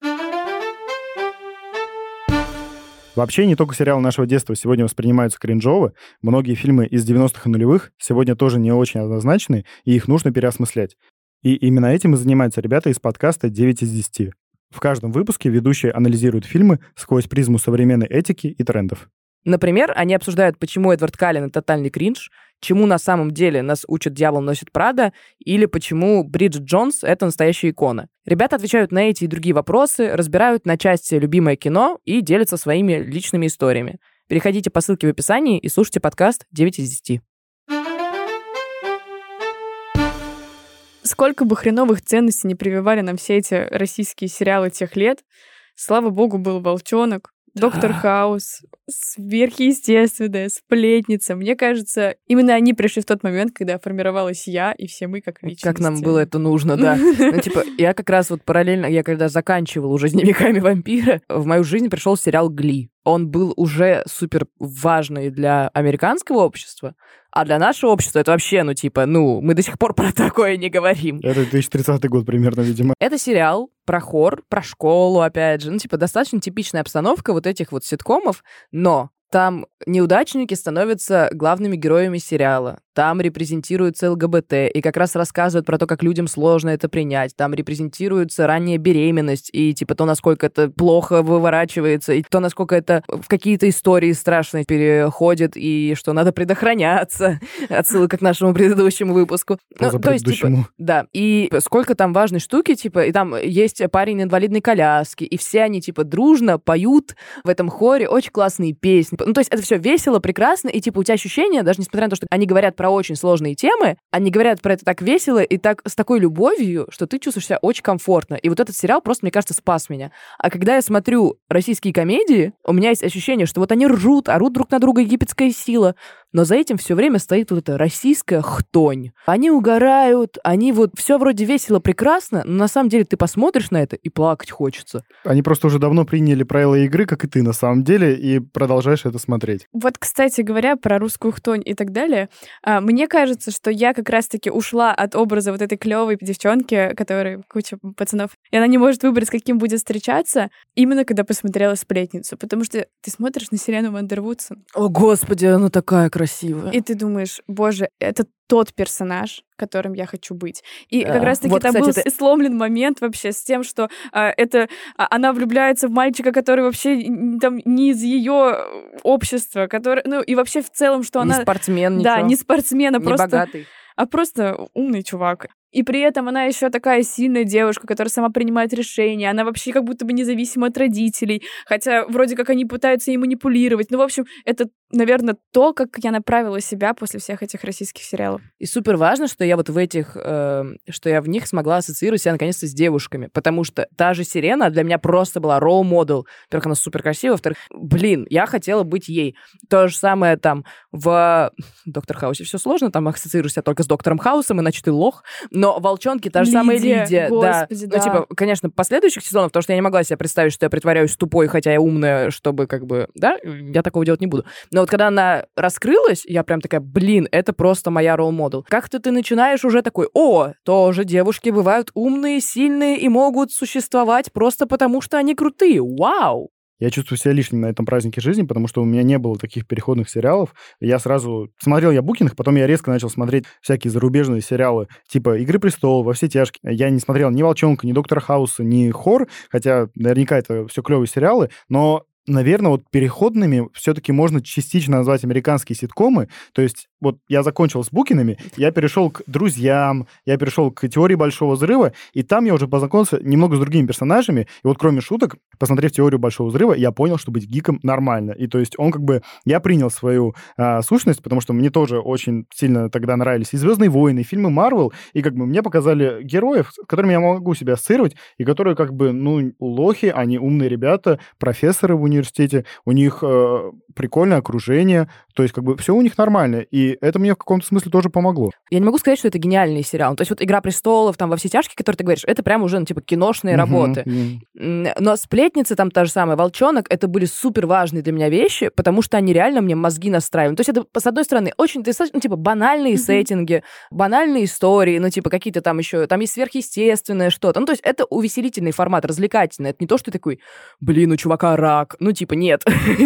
Вообще, не только сериалы нашего детства сегодня воспринимаются кринжово. Многие фильмы из 90-х и нулевых сегодня тоже не очень однозначны, и их нужно переосмыслять. И именно этим и занимаются ребята из подкаста «9 из 10». В каждом выпуске ведущие анализируют фильмы сквозь призму современной этики и трендов. Например, они обсуждают, почему Эдвард Каллен — это тотальный кринж, чему на самом деле нас учат «Дьявол носит Прада», или почему Бриджит Джонс — это настоящая икона. Ребята отвечают на эти и другие вопросы, разбирают на части любимое кино и делятся своими личными историями. Переходите по ссылке в описании и слушайте подкаст «9 из 10». Сколько бы хреновых ценностей не прививали нам все эти российские сериалы тех лет, слава богу, был «Волчонок», «Доктор Хаус», «Сверхъестественное», «Сплетница». Мне кажется, именно они пришли в тот момент, когда формировалась я, и все мы как личности. Как нам было это нужно, да. Я как раз параллельно, я когда заканчивала уже «Дневниками вампира», в мою жизнь пришел сериал «Гли». Он был уже супер важный для американского общества, а для нашего общества это вообще, мы до сих пор про такое не говорим. Это 2030 год примерно, видимо. Это сериал про хор, про школу, опять же. Достаточно типичная обстановка этих ситкомов, но там неудачники становятся главными героями сериала. Там репрезентируется ЛГБТ, и как раз рассказывают про то, как людям сложно это принять. Там репрезентируется ранняя беременность, и то, насколько это плохо выворачивается, и то, насколько это в какие-то истории страшные переходит, и что надо предохраняться. Отсылка к нашему предыдущему выпуску. Да. И сколько там важной штуки, и там есть парень на инвалидной коляске, и все они, дружно поют в этом хоре очень классные песни. То есть это все весело, прекрасно, и, у тебя ощущение, даже несмотря на то, что они говорят про очень сложные темы, они говорят про это так весело и так с такой любовью, что ты чувствуешь себя очень комфортно. И вот этот сериал просто, мне кажется, спас меня. А когда я смотрю российские комедии, у меня есть ощущение, что вот они ржут, орут друг на друга, египетская сила, но за этим все время стоит вот эта российская хтонь. Они угорают, они вот все вроде весело, прекрасно, но на самом деле ты посмотришь на это и плакать хочется. Они просто уже давно приняли правила игры, как и ты на самом деле, и продолжаешь это смотреть. Вот, кстати говоря, про русскую хтонь и так далее, мне кажется, что я как раз-таки ушла от образа вот этой клевой девчонки, которой куча пацанов, и она не может выбрать, с каким будет встречаться, именно когда посмотрела «Сплетницу», потому что ты смотришь на Селену Вандервудсон. О, господи, она такая красивая. И ты думаешь, боже, это тот персонаж, которым я хочу быть. И Да. как раз-таки Вот, там кстати, был сломлен момент вообще с тем, что она влюбляется в мальчика, который вообще там не из ее общества, который, ну и вообще в целом, что не она... спортсмен, ничего. Да, не спортсмен, не богатый. а просто умный чувак. И при этом она еще такая сильная девушка, которая сама принимает решения. Она вообще как будто бы независима от родителей. Хотя вроде как они пытаются ей манипулировать. Ну, в общем, это, наверное, то, как я направила себя после всех этих российских сериалов. И супер важно, что я вот в этих, что я в них смогла ассоциировать себя наконец-то с девушками, потому что та же Сирена для меня просто была role model. Во-первых, она супер красивая, во-вторых, я хотела быть ей. То же самое там в Доктор Хаусе все сложно, там ассоциируешься только с Доктором Хаусом, иначе ты лох. Но «Волчонки» та же самая Лидия. Господи, да. Ну, типа, конечно, последующих сезонов, потому что я не могла себе представить, что я притворяюсь тупой, хотя я умная, чтобы как бы, да, я такого делать не буду. Но вот когда она раскрылась, я прям такая, это просто моя ролл-модел. Как-то ты начинаешь уже такой, тоже девушки бывают умные, сильные и могут существовать просто потому, что они крутые. Вау! Я чувствую себя лишним на этом празднике жизни, потому что у меня не было таких переходных сериалов. Я сразу смотрел «Букиных», потом я резко начал смотреть всякие зарубежные сериалы, типа «Игры престолов», «Во все тяжкие». Я не смотрел ни «Волчонка», ни «Доктора Хауса», ни «Хор», хотя наверняка это все клевые сериалы, но, наверное, вот переходными все-таки можно частично назвать американские ситкомы. То есть вот я закончил с «Букиными», я перешел к «Друзьям», я перешел к «Теории большого взрыва», и там я уже познакомился немного с другими персонажами, и вот кроме шуток, посмотрев «Теорию большого взрыва», я понял, что быть гиком нормально. И то есть он как бы... Я принял свою сущность, потому что мне тоже очень сильно тогда нравились и «Звездные войны», и фильмы Марвел, и как бы мне показали героев, с которыми я могу себя ассоциировать, и которые как бы, лохи, они умные ребята, профессоры в университете, у них прикольное окружение, то есть как бы все у них нормально, и это мне в каком-то смысле тоже помогло. Я не могу сказать, что это гениальный сериал. То есть вот «Игра престолов», там «Во все тяжкие», которые ты говоришь, это прям уже, киношные работы. Но «Сплетницы», там та же самая «Волчонок», это были супер важные для меня вещи, потому что они реально мне мозги настраивали. То есть это, с одной стороны, очень достаточно, банальные сеттинги, банальные истории, какие-то там еще, там есть сверхъестественное что-то. То есть это увеселительный формат, развлекательный. Это не то, что ты такой, у чувака рак. Нет.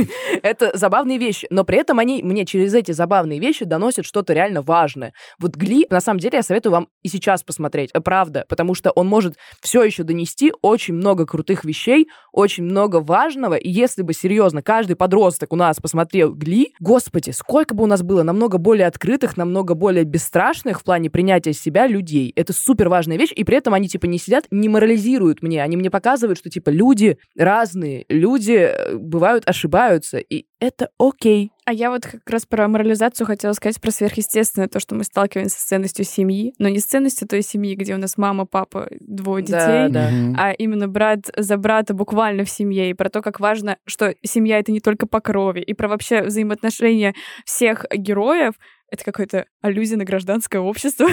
Это забавные вещи. Но при этом они мне через эти забавные вещи доносят что-то реально важное. Вот «Гли», на самом деле, я советую вам и сейчас посмотреть. Правда. Потому что он может все еще донести очень много крутых вещей, очень много важного. И если бы, серьезно, каждый подросток у нас посмотрел «Гли», господи, сколько бы у нас было намного более открытых, намного более бесстрашных в плане принятия себя людей. Это супер важная вещь. И при этом они, не сидят, не морализируют мне. Они мне показывают, что, люди разные, люди бывают ошибаются. И это окей. А я вот как раз про морализацию хотела сказать, про сверхъестественное, то, что мы сталкиваемся с ценностью семьи, но не с ценностью той семьи, где у нас мама, папа, двое детей, а именно брат за брата буквально в семье, и про то, как важно, что семья — это не только по крови, и про вообще взаимоотношения всех героев. Это какая-то аллюзия на гражданское общество.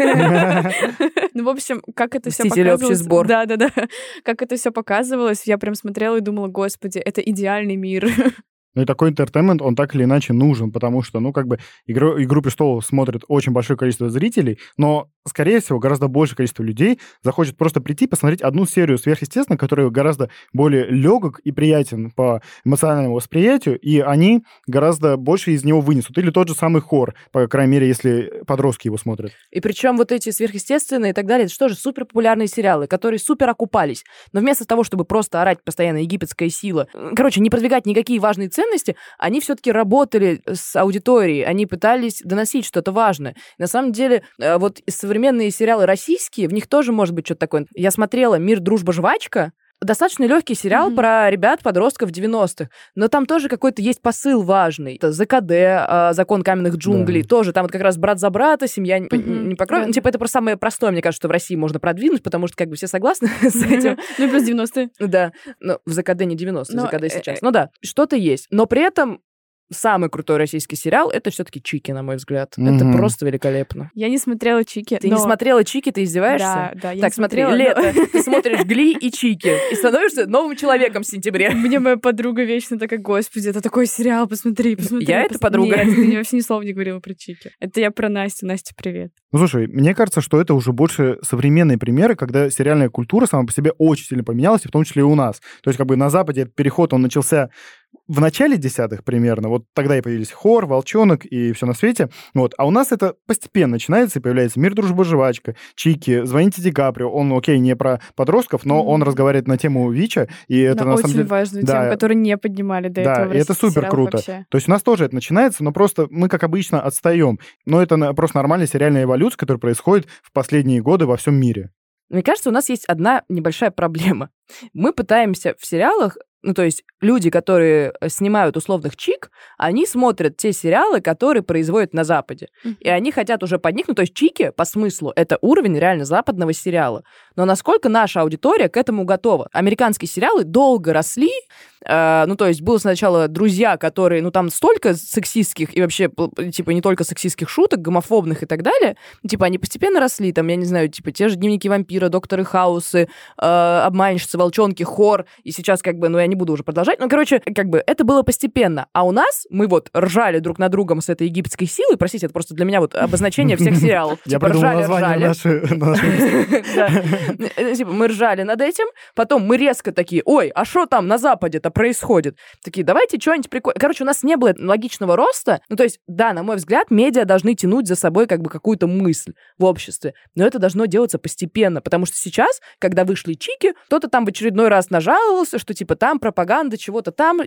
Ну, в общем, как это все показывалось... общий сбор. Да-да-да. Как это все показывалось, я прям смотрела и думала, господи, это идеальный мир. Ну и такой интертеймент, он так или иначе нужен, потому что, «Игру престолов» смотрит очень большое количество зрителей, но, скорее всего, гораздо большее количество людей захочет просто прийти посмотреть одну серию сверхъестественного, которая гораздо более легок и приятен по эмоциональному восприятию, и они гораздо больше из него вынесут. Или тот же самый «Хор», по крайней мере, если подростки его смотрят. И причем вот эти сверхъестественные и так далее, это что же супер популярные сериалы, которые супер окупались. Но вместо того, чтобы просто орать постоянно египетская сила, не продвигать никакие важные ценности, они все-таки работали с аудиторией, они пытались доносить что-то важное. На самом деле, вот современные сериалы российские, в них тоже может быть что-то такое. Я смотрела «Мир, дружба, жвачка», достаточно легкий сериал про ребят-подростков 90-х, но там тоже какой-то есть посыл важный. Это ЗКД, закон каменных джунглей, тоже там вот как раз брат за брата, семья не покроет. Ну, типа, это просто самое простое, мне кажется, что в России можно продвинуть, потому что как бы все согласны с этим. Ну и плюс 90-е. Да, но в ЗКД не 90-е, ЗКД сейчас. Ну да, что-то есть. Но при этом самый крутой российский сериал — это все-таки «Чики», на мой взгляд. Это просто великолепно. Я не смотрела «Чики». Ты не смотрела «Чики», ты издеваешься? Да, я так, смотри, лето, ты смотришь «Гли» и «Чики» и становишься новым человеком в сентябре. Мне моя подруга вечно такая: господи, это такой сериал, посмотри. Я это подруга? Нет, ты вообще ни слова не говорила про «Чики». Это я про Настю. Настя, привет. Ну, слушай, мне кажется, что это уже больше современные примеры, когда сериальная культура сама по себе очень сильно поменялась, и в том числе и у нас. То есть как бы на Западе этот переход, он начался в начале 10-х примерно, вот тогда и появились «Хор», «Волчонок» и все на свете. Вот. А у нас это постепенно начинается, и появляется «Мир, дружба, жвачка», «Чики», «Звоните Ди Каприо». Он, окей, не про подростков, но он разговаривает на тему ВИЧа, и это на самом деле... очень важную тему, которую не поднимали до этого. Да, и это супер круто. Вообще. То есть у нас тоже это начинается, но просто мы, как обычно, отстаем. Но это просто нормальная сериальная эволюция, которая происходит в последние годы во всем мире. Мне кажется, у нас есть одна небольшая проблема. Мы пытаемся в сериалах, ну, то есть люди, которые снимают условных чик, они смотрят те сериалы, которые производят на Западе. И они хотят уже под них, ну, то есть чики, по смыслу, это уровень реально западного сериала. Но насколько наша аудитория к этому готова? Американские сериалы долго росли, ну, то есть было сначала «Друзья», которые, ну, там столько сексистских и вообще, типа, не только сексистских шуток, гомофобных и так далее, типа, они постепенно росли, там, я не знаю, типа, те же «Дневники вампира», «Докторы Хаусы», «Обманщицы», «Волчонки», «Хор», и сейчас, как бы, ну, я не буду уже продолжать, но, короче, как бы, это было постепенно, а у нас мы вот ржали друг над другом с этой египетской силой, простите, это просто для меня вот обозначение всех сериалов. Я придумал название Типа, мы ржали над этим, потом мы резко такие: ой, а что там на Западе-то происходит? Такие, давайте что-нибудь прикольное. Короче, у нас не было логичного роста. Ну, то есть, да, на мой взгляд, медиа должны тянуть за собой как бы какую-то мысль в обществе, но это должно делаться постепенно, потому что сейчас, когда вышли чики, кто-то там в очередной раз нажаловался, что типа там пропаганда чего-то там,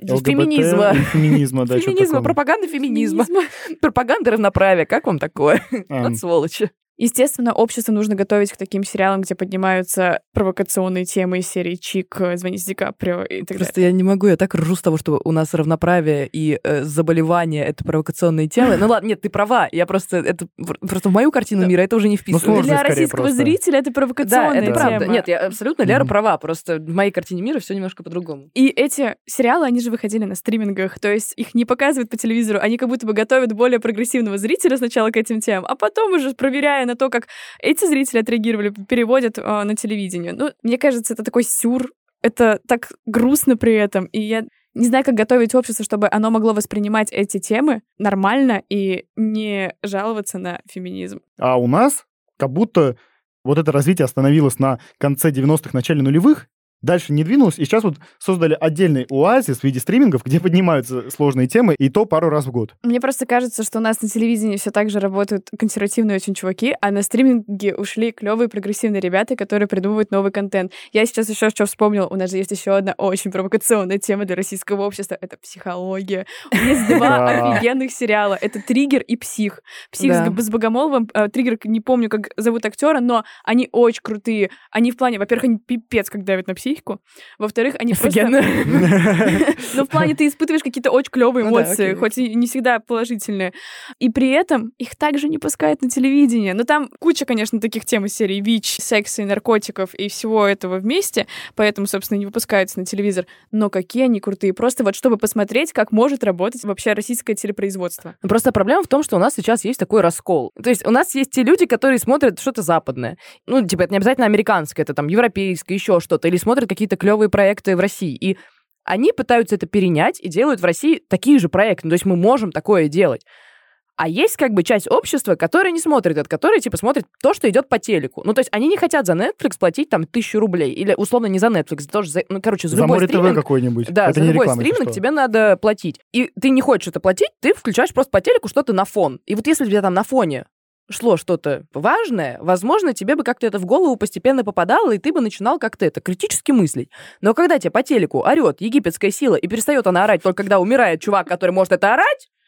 феминизма, да, феминизма, пропаганда феминизма, пропаганда равноправия. Как вам такое? Вот сволочи. Естественно, общество нужно готовить к таким сериалам, где поднимаются провокационные темы из серии «Чик», «Звоните Ди Каприо» и так далее. Просто я не могу, я так ржу с того, что у нас равноправие и заболевания — это провокационные темы. Ну ладно, нет, ты права, я просто в мою картину мира это уже не вписывается. Для российского зрителя это провокационная тема. Да, это правда. Нет, я абсолютно, Лера права, просто в моей картине мира все немножко по-другому. И эти сериалы, они же выходили на стримингах, то есть их не показывают по телевизору, они как будто бы готовят более прогрессивного зрителя сначала к этим темам, а потом уже, проверяя на то, как эти зрители отреагировали, переводят на телевидение. Ну, мне кажется, это такой сюр, это так грустно при этом, и я не знаю, как готовить общество, чтобы оно могло воспринимать эти темы нормально и не жаловаться на феминизм. А у нас как будто вот это развитие остановилось на конце 90-х, начале нулевых, дальше не двинулось, и сейчас вот создали отдельный оазис в виде стримингов, где поднимаются сложные темы, и то пару раз в год. Мне просто кажется, что у нас на телевидении все так же работают консервативные очень чуваки, а на стриминге ушли клевые прогрессивные ребята, которые придумывают новый контент. Я сейчас еще что вспомнила, у нас же есть еще одна очень провокационная тема для российского общества — это психология. У меня есть два офигенных сериала. Это «Триггер» и «Псих». «Псих» с Богомоловым, «Триггер» не помню, как зовут актера, но они очень крутые. Они в плане, во-первых, они пипец, как давят на психику. Во-вторых, они офигенно. Просто... Но в плане ты испытываешь какие-то очень клевые эмоции, хоть и не всегда положительные. И при этом их также не пускают на телевидение. Но там куча, конечно, таких тем из серии ВИЧ, секса и наркотиков и всего этого вместе, поэтому, собственно, не выпускаются на телевизор. Но какие они крутые. Просто вот чтобы посмотреть, как может работать вообще российское телепроизводство. Просто проблема в том, что у нас сейчас есть такой раскол. То есть у нас есть те люди, которые смотрят что-то западное. Ну, типа, это не обязательно американское, это там европейское, еще что-то. Или смотрят какие-то клевые проекты в России. И они пытаются это перенять и делают в России такие же проекты. То есть мы можем такое делать. А есть как бы часть общества, которая не смотрит это, которая типа смотрит то, что идет по телеку. Ну, то есть они не хотят за Netflix платить там 1000 рублей. Или, условно, не за Netflix, тоже за, ну, короче, за любой стриминг. какой-нибудь. Да, это за любой стриминг тебе надо платить. И ты не хочешь это платить, ты включаешь просто по телеку что-то на фон. И вот если у тебя там на фоне шло что-то важное, возможно, тебе бы как-то это в голову постепенно попадало, и ты бы начинал как-то это критически мыслить. Но когда тебе по телеку орет египетская сила, и перестает она орать только когда умирает чувак, который может это орать,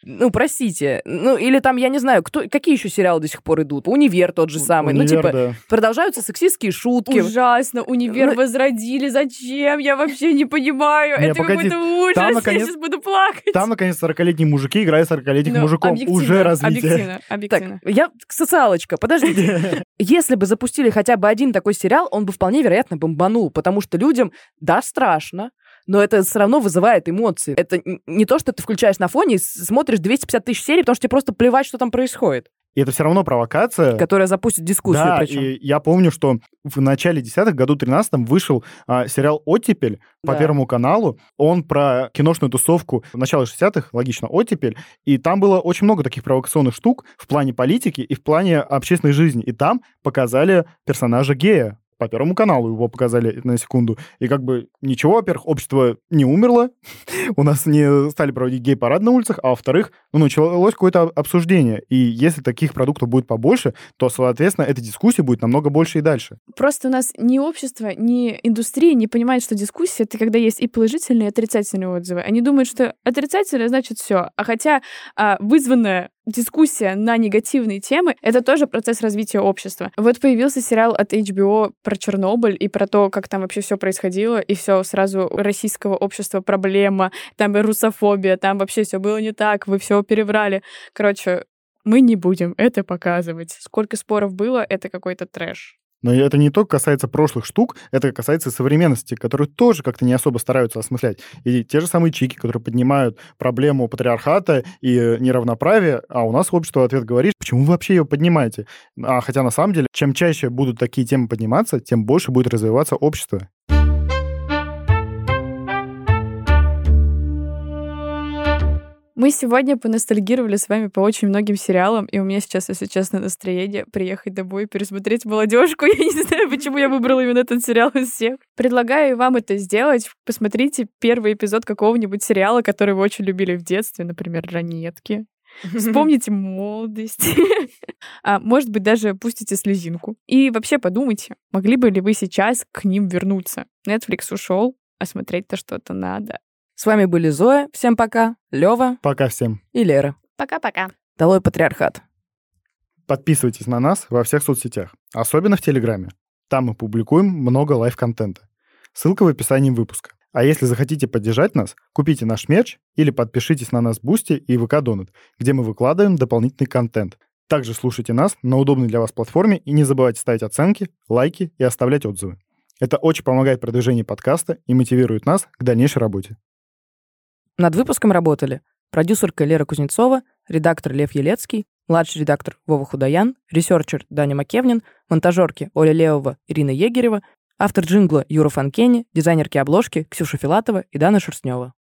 Ну, простите. Ну, или там, я не знаю, какие еще сериалы до сих пор идут? «Универ» тот же самый. «Универ», ну, типа, да. Продолжаются сексистские шутки. Ужасно. «Универ» возродили. Зачем? Я вообще не понимаю. Не, Это погоди. какой-то ужас. Там, Я наконец- сейчас буду плакать. Там, наконец, 40-летние мужики играют 40-летних Ну, мужиков. объективно, Уже развитие. Объективно. Так, я социалочка, подождите. Если бы запустили хотя бы один такой сериал, он бы вполне вероятно бомбанул, потому что людям, да, страшно, но это все равно вызывает эмоции. Это не то, что ты включаешь на фоне и смотришь 250 тысяч серий, потому что тебе просто плевать, что там происходит. И это все равно провокация. Которая запустит дискуссию Да, причем. и я помню, что в начале десятых, году 13-м, вышел сериал «Оттепель» по Да. Первому каналу. Он про киношную тусовку начала 60-х, логично, «Оттепель». И там было очень много таких провокационных штук в плане политики и в плане общественной жизни. И там показали персонажа гея. По Первому каналу его показали на секунду. И как бы ничего, во-первых, общество не умерло, у нас не стали проводить гей-парад на улицах, а во-вторых, началось какое-то обсуждение. И если таких продуктов будет побольше, то, соответственно, эта дискуссия будет намного больше и дальше. Просто у нас ни общество, ни индустрия не понимает, что дискуссия — это когда есть и положительные, и отрицательные отзывы. Они думают, что отрицательное значит все. А хотя вызванная дискуссия на негативные темы — это тоже процесс развития общества. Вот появился сериал от HBO про Чернобыль и про то, как там вообще все происходило, и все сразу российского общества проблема, там и русофобия, там вообще все было не так, вы все переврали. Короче, мы не будем это показывать. Сколько споров было, это какой-то трэш. Но это не только касается прошлых штук, это касается современности, которые тоже как-то не особо стараются осмыслять. И те же самые чики, которые поднимают проблему патриархата и неравноправия, а у нас общество в ответ говорит, почему вы вообще ее поднимаете? Хотя на самом деле, чем чаще будут такие темы подниматься, тем больше будет развиваться общество. Мы сегодня поностальгировали с вами по очень многим сериалам, и у меня сейчас, если честно, настроение приехать домой и пересмотреть «Молодежку». Я не знаю, почему я выбрала именно этот сериал из всех. Предлагаю вам это сделать. Посмотрите первый эпизод какого-нибудь сериала, который вы очень любили в детстве, например, «Ранетки». Вспомните молодость. Может быть, даже пустите слезинку. И вообще подумайте, могли бы ли вы сейчас к ним вернуться? Netflix ушел, а смотреть-то что-то надо. С вами были Зоя. Всем пока. Лёва. Пока всем. И Лера. Пока-пока. Долой патриархат. Подписывайтесь на нас во всех соцсетях, особенно в Телеграме. Там мы публикуем много лайв-контента. Ссылка в описании выпуска. А если захотите поддержать нас, купите наш мерч или подпишитесь на нас в Boosty и ВК Донат, где мы выкладываем дополнительный контент. Также слушайте нас на удобной для вас платформе и не забывайте ставить оценки, лайки и оставлять отзывы. Это очень помогает продвижению подкаста и мотивирует нас к дальнейшей работе. Над выпуском работали продюсерка Лера Кузнецова, редактор Лев Елецкий, младший редактор Вова Худоян, ресерчер Даня Макевнин, монтажерки Оля Леова, Ирина Егерева, автор джингла Юра Фанкени, дизайнерки обложки Ксюша Филатова и Дана Шерстнева.